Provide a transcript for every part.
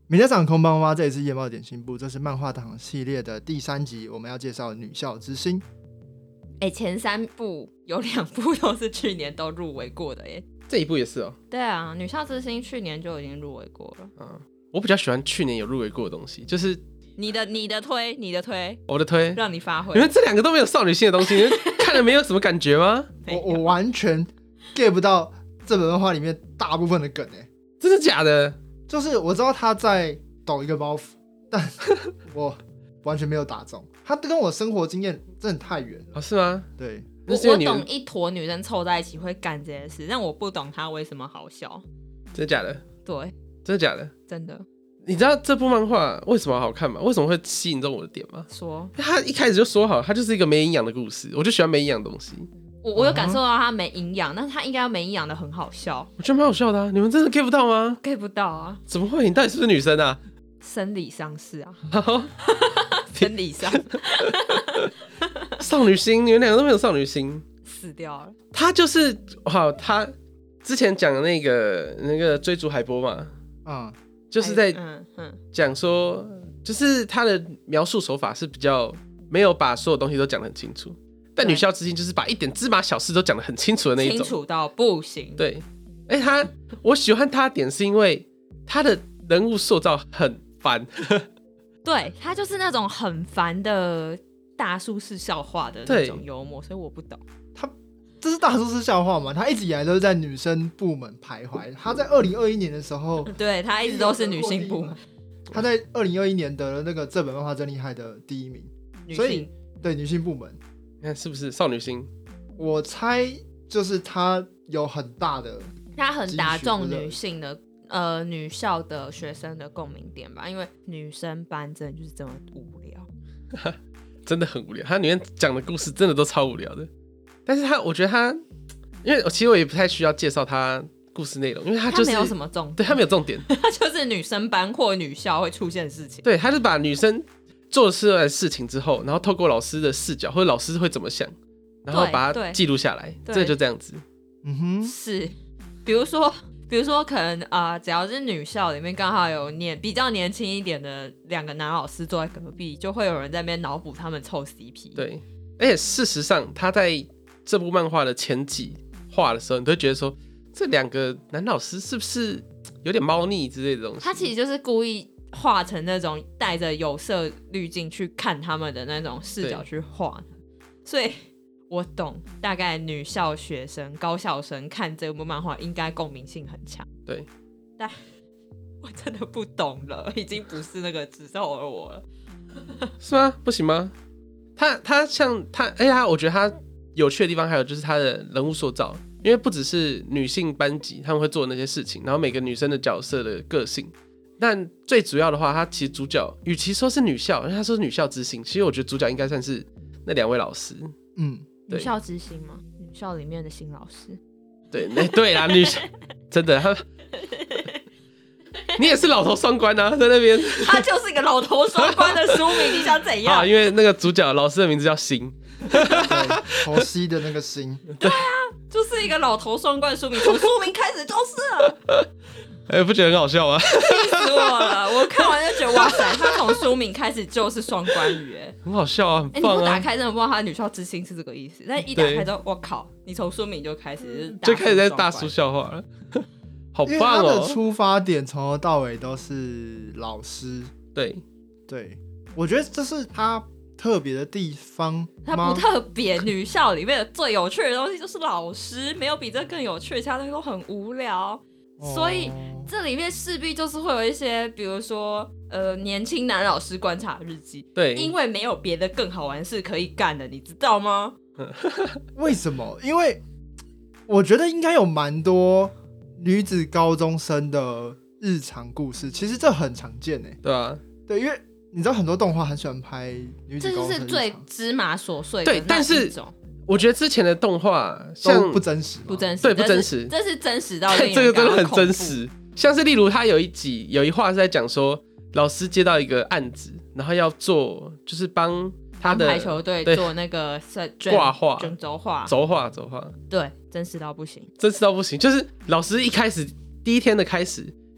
皆さんこんばんは，这里是夜猫点心部，这是漫画党系列的第3集，我们要介绍女校之星。 前3部有2部都是去年都入围过的耶。 这一部也是哦。 对啊，女校之星去年就已经入围过了。 我比较喜欢去年有入围过的东西，就是你的推， 我的推， 让你发挥。 你们这2个都没有少女心的东西，你们看了没有什么感觉吗？ 我完全 get 不到这本漫画里面大部分的梗耶。 真的假的？ 就是我知道他在抖一个包袱，但我完全没有打中。他跟我生活经验真的太远了。 哦，是吗？ 对， 我懂一坨女生凑在一起会干这些事，但我不懂她为什么好笑。 真的假的？ 对， 真的假的？ 真的。 你知道这部漫画为什么好看吗？为什么会吸引中我的点吗？ 说， 他一开始就说好，他就是一个没营养的故事，我就喜欢没营养的东西。 我有感受到它没营养，但是它应该要没营养的很好笑。 我觉得蛮好笑的啊，你们真的 get 不到吗？ get 不到啊！ 怎么会？你到底是不是女生啊？ 生理上是啊，生理上少女心，你们2个都没有少女心， 死掉了。 他就是好，他之前讲的那个追逐海波嘛，就是在讲说，就是他的描述手法是比较没有把所有东西都讲得很清楚。但女校之星就是把一点芝麻小事都讲得很清楚的那一种， 清楚到不行。 对，我喜欢他的点是因为他的人物塑造很烦， 对，他就是那种很烦的大叔式笑话的那种幽默，所以我不懂。 这是大叔式笑话吗？他一直以来都是在女生部门徘徊。他在2021年的时候， 对，他一直都是女性部门。 他在2021年得了那个这本漫画真厉害的第1名，所以对女性部门。 你看是不是少女心？ 我猜就是他有很大的， 他很打中女性的女校的学生的共鸣点吧，因为女生班真的就是这么无聊， 真的很无聊。他里面讲的故事真的都超无聊的，但是我觉得他，因为其实我也不太需要介绍他故事内容，因为他就是没有什么重点， 对他没有重点， 他就是女生班或女校会出现的事情。 对，他是把女生做出来的事情之后，然后透过老师的视角或者老师会怎么想，然后把它记录下来，这就这样子。 是，比如说可能只要是女校里面刚好有比较年轻一点的2个男老师坐在隔壁，就会有人在那边脑补他们凑 CP。 对，而且事实上他在这部漫画的前几话的时候，你都会觉得说这2个男老师是不是有点猫腻之类的东西。 他其实就是故意画成那种带着有色滤镜去看他们的那种视角去画，所以我懂大概女校学生、高校生看这部漫画应该共鸣性很强。 对， 但我真的不懂了，已经不是那个只是偶尔我了。 是吗？不行吗？他像他，我觉得他有趣的地方还有就是他的人物塑造，因为不只是女性班级他们会做的那些事情，然后每个女生的角色的个性。但最主要的话，他其实主角与其说是女校，因为他说是女校之星，其实我觉得主角应该算是那2位老师。 女校之星吗？女校里面的新老师。 对啦，女校真的，你也是老头双关啊，在那边。 他就是一个老头双关的书名，你想怎样？ 因为那个主角老师的名字叫星， 对，头西的那个星。 对啊，就是一个老头双关的书名，从书名开始就是了。 不觉得很好笑吗？ 气死我了！我看完就觉得哇塞，他从书名开始就是双关语， 很好笑啊，很棒啊！ 你不打开真的不知道他的女校之星是这个意思，但一打开之后，我靠，你从书名就开始在大叔笑话了，好棒哦！因为他的出发点从头到尾都是老师， 对， 我觉得这是他特别的地方。 他不特别，女校里面的最有趣的东西就是老师，没有比这更有趣的，其他东西都很无聊。所以这里面势必就是会有一些，比如说年轻男老师观察日记， 对， 因为没有别的更好玩事可以干的，你知道吗？ 为什么？因为我觉得应该有蛮多女子高中生的日常故事，其实这很常见欸。 对啊， 对，因为你知道很多动画很喜欢拍女子高中生日常， 这就是最芝麻琐碎的那一种。 对，但是我觉得之前的动画像不真实， 对，不真实， 这是真实到令人这个真的很真实。像是例如他有一话是在讲说，老师接到一个案子，然后要做就是帮他的排球队做那个挂画、 卷轴画、 轴画， 对，真实到不行， 就是老师第一天的开始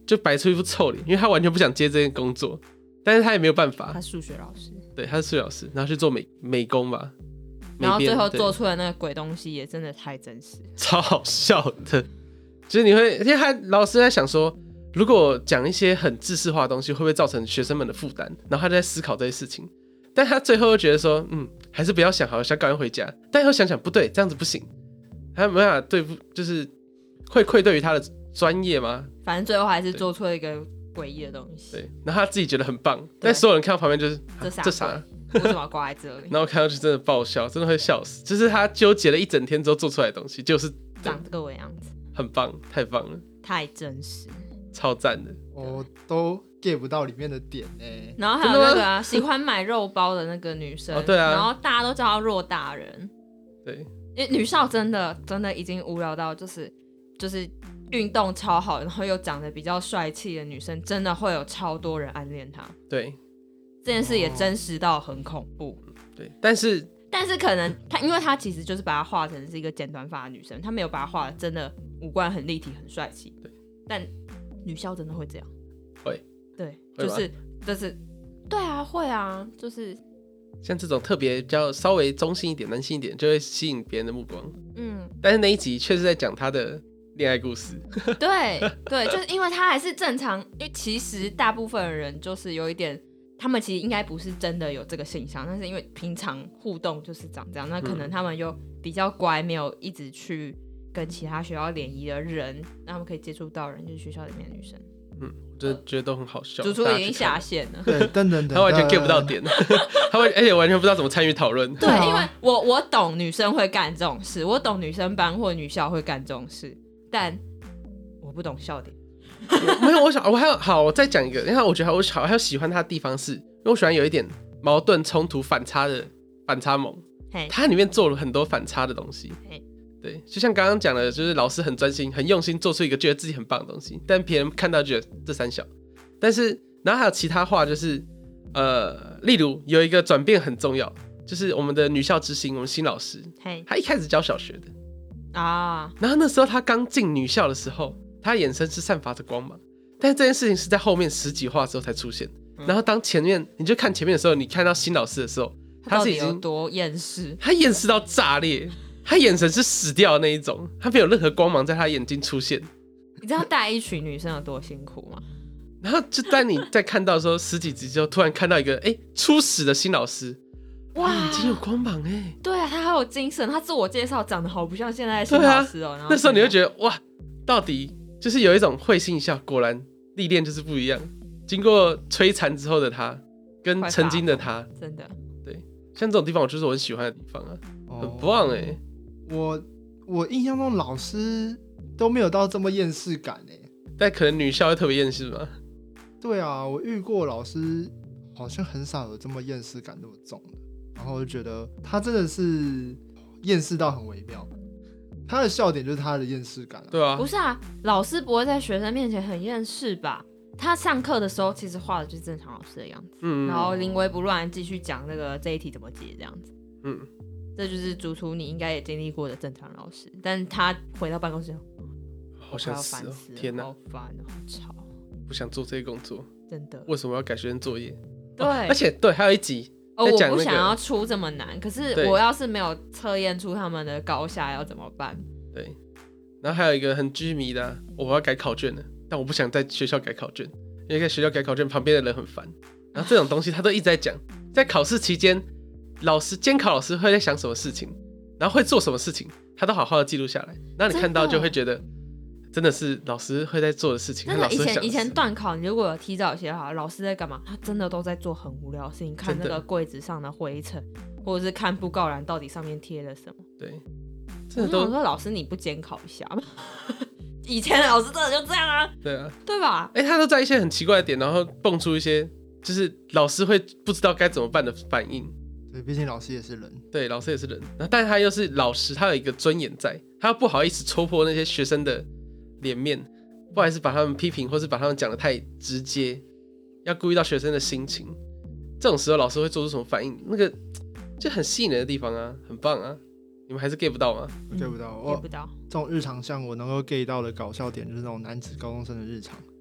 就摆出一副臭脸，因为他完全不想接这件工作，但是他也没有办法。 他数学老师， 对，他是数学老师，然后去做美工吧， 然后最后对做出来那个鬼东西也真的太真实， 超好笑的。就是你会，因为他老师在想说，如果讲一些很知识化的东西，会不会造成学生们的负担？然后他就在思考这些事情，但他最后又觉得说，还是不要想好了，想赶快回家。但又想想不对，这样子不行，他没办法对付，就是会愧对于他的专业吗？ 反正最后还是做出了一个诡异的东西。 对，然后他自己觉得很棒，但所有人看到旁边就是这啥为什么要挂在这里？ 然后看上去真的爆笑，真的会笑死。就是他纠结了一整天之后做出来的东西，就是长这个样子， 很棒，太棒了， 太真实， 超赞的。 我都 get 不到里面的点欸。 然后还有那个啊，喜欢买肉包的那个女生， 对啊， 然后大家都叫她弱大人。 对， 因为女校真的已经无聊到就是运动超好，然后又长得比较帅气的女生，真的会有超多人暗恋她。 对， 这件事也真实到很恐怖。 对，但是可能她，因为她其实就是把她画成是一个剪短发的女生，她没有把她画的真的五官很立体、很帅气。 对， 但女校真的会这样。 会。 对， 会就是对啊，会啊，就是像这种特别比较稍微中性一点、男性一点，就会吸引别人的目光。 嗯， 但是那一集却是在讲他的恋爱故事。 对对，就是因为他还是正常，因为其实大部分人就是有一点，他们其实应该不是真的有这个现象，但是因为平常互动就是长这样，那可能他们又比较乖，没有一直去跟其他学校联谊的人，让他们可以接触到人，就是学校里面的女生。 我真的觉得都很好笑。 主厨已经下线了， 对，等， 他完全 get 不到点，而且完全不知道怎么参与讨论。 对，因为我懂女生会干这种事，我懂女生班或女校会干这种事，但我不懂笑点。 没有，我再讲一个，因为我觉得我还有喜欢他的地方是，因为我喜欢有一点矛盾冲突反差的反差萌，它里面做了很多反差的东西。对，就像刚刚讲的，就是老师很专心、很用心做出一个觉得自己很棒的东西，但别人看到觉得这三小。但是，然后还有其他话，就是例如有一个转变很重要，就是我们的女校之星，我们新老师，他一开始教小学的啊，然后那时候他刚进女校的时候，他眼神是散发着光芒，但是这件事情是在后面10几话之后才出现。然后当前面你就看前面的时候，你看到新老师的时候， 他是已经有多厌世， 他厌世到炸裂。他眼神是死掉的那一种，他没有任何光芒在他眼睛出现。 你知道带一群女生有多辛苦吗？ 然后就当你在看到的时候，10几集之后，突然看到一个初始的新老师，哇，眼睛有光芒对啊，他好有精神，他自我介绍长得好不像现在的新老师哦。然后那时候你会觉得哇，到底就是有一种会心一笑，果然历练就是不一样。经过摧残之后的他，跟曾经的他， 真的对，像这种地方，我就是我很喜欢的地方啊，很棒我印象中老师都没有到这么厌世感但可能女校会特别厌世吗？ 对啊，我遇过老师好像很少有这么厌世感那么重的，然后我就觉得他真的是厌世到很微妙。他的笑点就是他的厌世感对啊， 不是啊，老师不会在学生面前很厌世吧？他上课的时候其实画的就是正常老师的样子，然后临危不乱继续讲这一题怎么解这样子，这就是主厨你应该也经历过的正常老师，但他回到办公室好想死哦！天哪， 好烦哦，好吵， 不想做这些工作， 真的。 为什么要改学生作业？ 对， 而且对，还有一集在讲我不想要出这么难，可是我要是没有测验出他们的高下要怎么办？ 对，然后还有一个很居迷的我要改考卷了，但我不想在学校改考卷，因为在学校改考卷旁边的人很烦。然后这种东西他都一直在讲，在考试期间。监考老师会在想什么事情，然后会做什么事情，他都好好的记录下来。然后你看到就会觉得，真的是老师会在做的事情。 真的，以前段考，你如果有提早写好，老师在干嘛？他真的都在做很无聊的事情，看那个柜子上的灰尘，或者是看布告栏到底上面贴了什么。 对，真的都。 我说老师你不监考一下吗？以前的老师真的就这样啊。 对啊， 对吧？ 他都在一些很奇怪的点，然后蹦出一些就是老师会不知道该怎么办的反应。 对，毕竟老师也是人。 对，老师也是人，但是他又是老师，他有一个尊严在，他不好意思戳破那些学生的脸面，不好意思把他们批评，或是把他们讲得太直接，要顾虑到学生的心情。这种时候，老师会做出什么反应？那个就很吸引人的地方啊，很棒啊！你们还是 get 不到吗？ 我 get 不到， 这种日常像我能够 get 到的搞笑点，就是那种男子高中生的日常。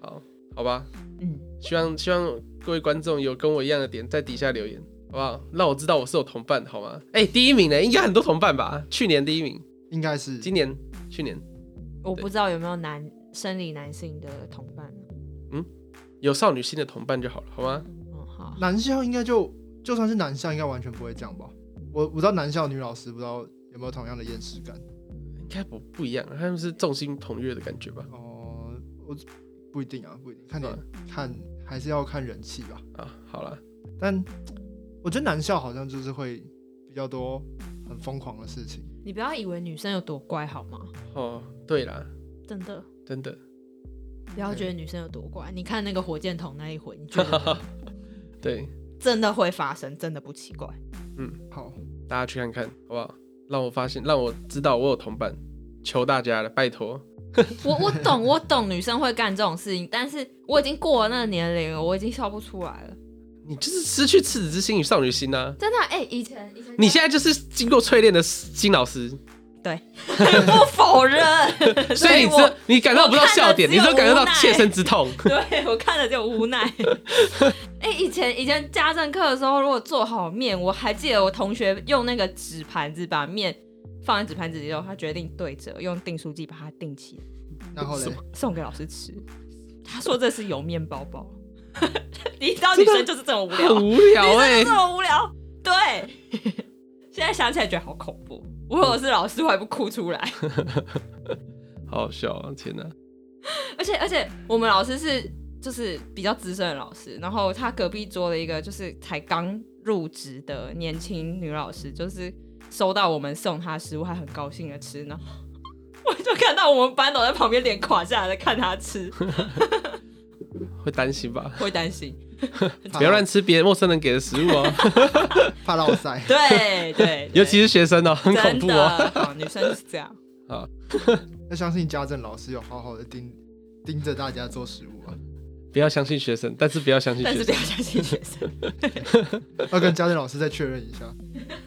好吧， 嗯， 希望各位观众有跟我一样的点，在底下留言，好不好？让我知道我是有同伴，好吗？第一名呢，应该很多同伴吧？去年第一名， 应该是今年、去年， 我不知道有没有生理男性的同伴。 有少女心的同伴就好了，好吗？ 好， 男校应该就算是男校，应该完全不会这样吧？我不知道男校女老师不知道有没有同样的厌世感。 应该不一样，他们是众星捧月的感觉吧？ 我不一定啊，不一定，看还是要看人气吧。 好啦， 但我觉得男校好像就是会比较多很疯狂的事情。 你不要以为女生有多乖好吗？ 对啦， 真的， 真的， 不要觉得女生有多乖。你看那个火箭筒那一回，你觉得对， 真的会发生，真的不奇怪。 好， 大家去看看，好不好？让我知道我有同伴，求大家了，拜托。 我懂女生会干这种事情，但是我已经过了那个年龄了，我已经笑不出来了。 你就是失去赤子之心与少女心啊！ 真的，以前你现在就是经过淬炼的金老师， 对，不否认。 所以你感受不到笑点，你只感受到切身之痛。 对，我看了就无奈。以前家政课的时候，如果做好面，我还记得我同学用那个纸盘子把面放在纸盘子里后，他决定对折，用订书机把它订起来， 然后嘞， 送给老师吃。他说这是有面包包。你知道女生就是这么无聊， 很无聊女生就是这么无聊。对，现在想起来觉得好恐怖。如果我是老师，我还不哭出来。 好好笑啊！天哪！ 而且我们老师就是比较资深的老师，然后他隔壁桌的一个就是才刚入职的年轻女老师，就是收到我们送她食物，还很高兴的吃呢。我就看到我们班都在旁边脸垮下来的看她吃， 会担心吧？ 会担心。 不要乱吃别人陌生人给的食物哦， 怕落塞。 对， 尤其是学生哦，很恐怖哦。 真的，女生是这样。 要相信家政老师有好好的盯着大家做食物啊。 不要相信学生，但是不要相信学生， 但是不要相信学生。 要跟家政老师再确认一下。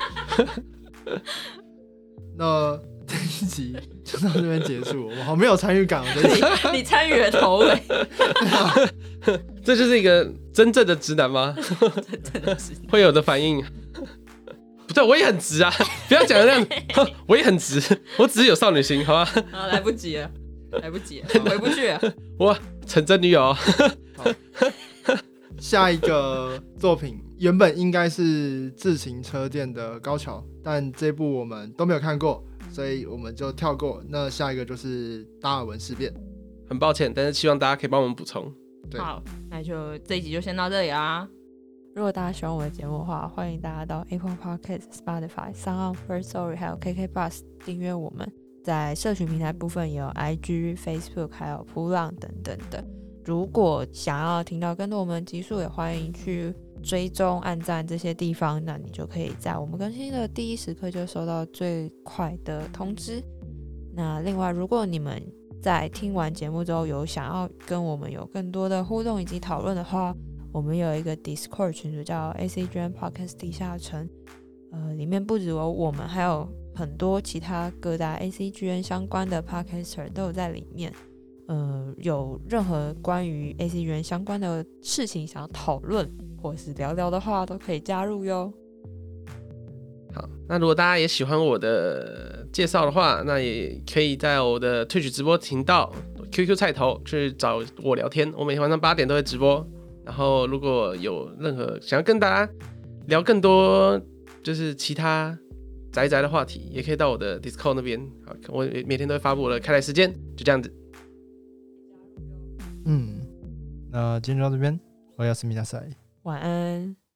那这一集就到这边结束，我好没有参与感。 你参与了头尾， 这就是一个真正的直男吗？ 真的是会有的反应。不对，我也很直啊！不要讲的那样，我也很直，我只是有少女心，好吧？ 来不及了，回不去了。 我成真女友。 下一个作品原本应该是自行车店的高桥，但这部我们都没有看过，所以我们就跳过。那下一个就是达尔文事变。 很抱歉，但是希望大家可以帮我们补充。 对， 好，那就这一集就先到这里啦。如果大家喜欢我的节目的话，欢迎大家到 Apple Podcast、Spotify、SoundOn、Firstory 还有 KKBOX 订阅我们。在社群平台部分也有 IG、Facebook 还有噗浪等等的。如果想要听到更多我们的集数，也欢迎去追踪、按赞这些地方，那你就可以在我们更新的第一时刻就收到最快的通知。那另外，如果你们在听完节目之后有想要跟我们有更多的互动以及讨论的话，我们有一个 Discord 群组叫 ACGN Podcast 地下城，里面不只有我们，还有很多其他各大 ACGN 相关的 Podcaster 都有在里面。有任何关于 ACGN 相关的事情想要讨论或是聊聊的话，都可以加入哟。 好，那如果大家也喜欢我的介绍的话，那也可以在我的 Twitch 直播频道 QQ 菜头去找我聊天，我每天晚上8点都会直播。然后如果有任何想要跟大家聊更多就是其他宅的话题，也可以到我的 Discord 那边，我每天都会发布我的开台时间，就这样子。 那今天就到这边，我要是米大赛， 晚安。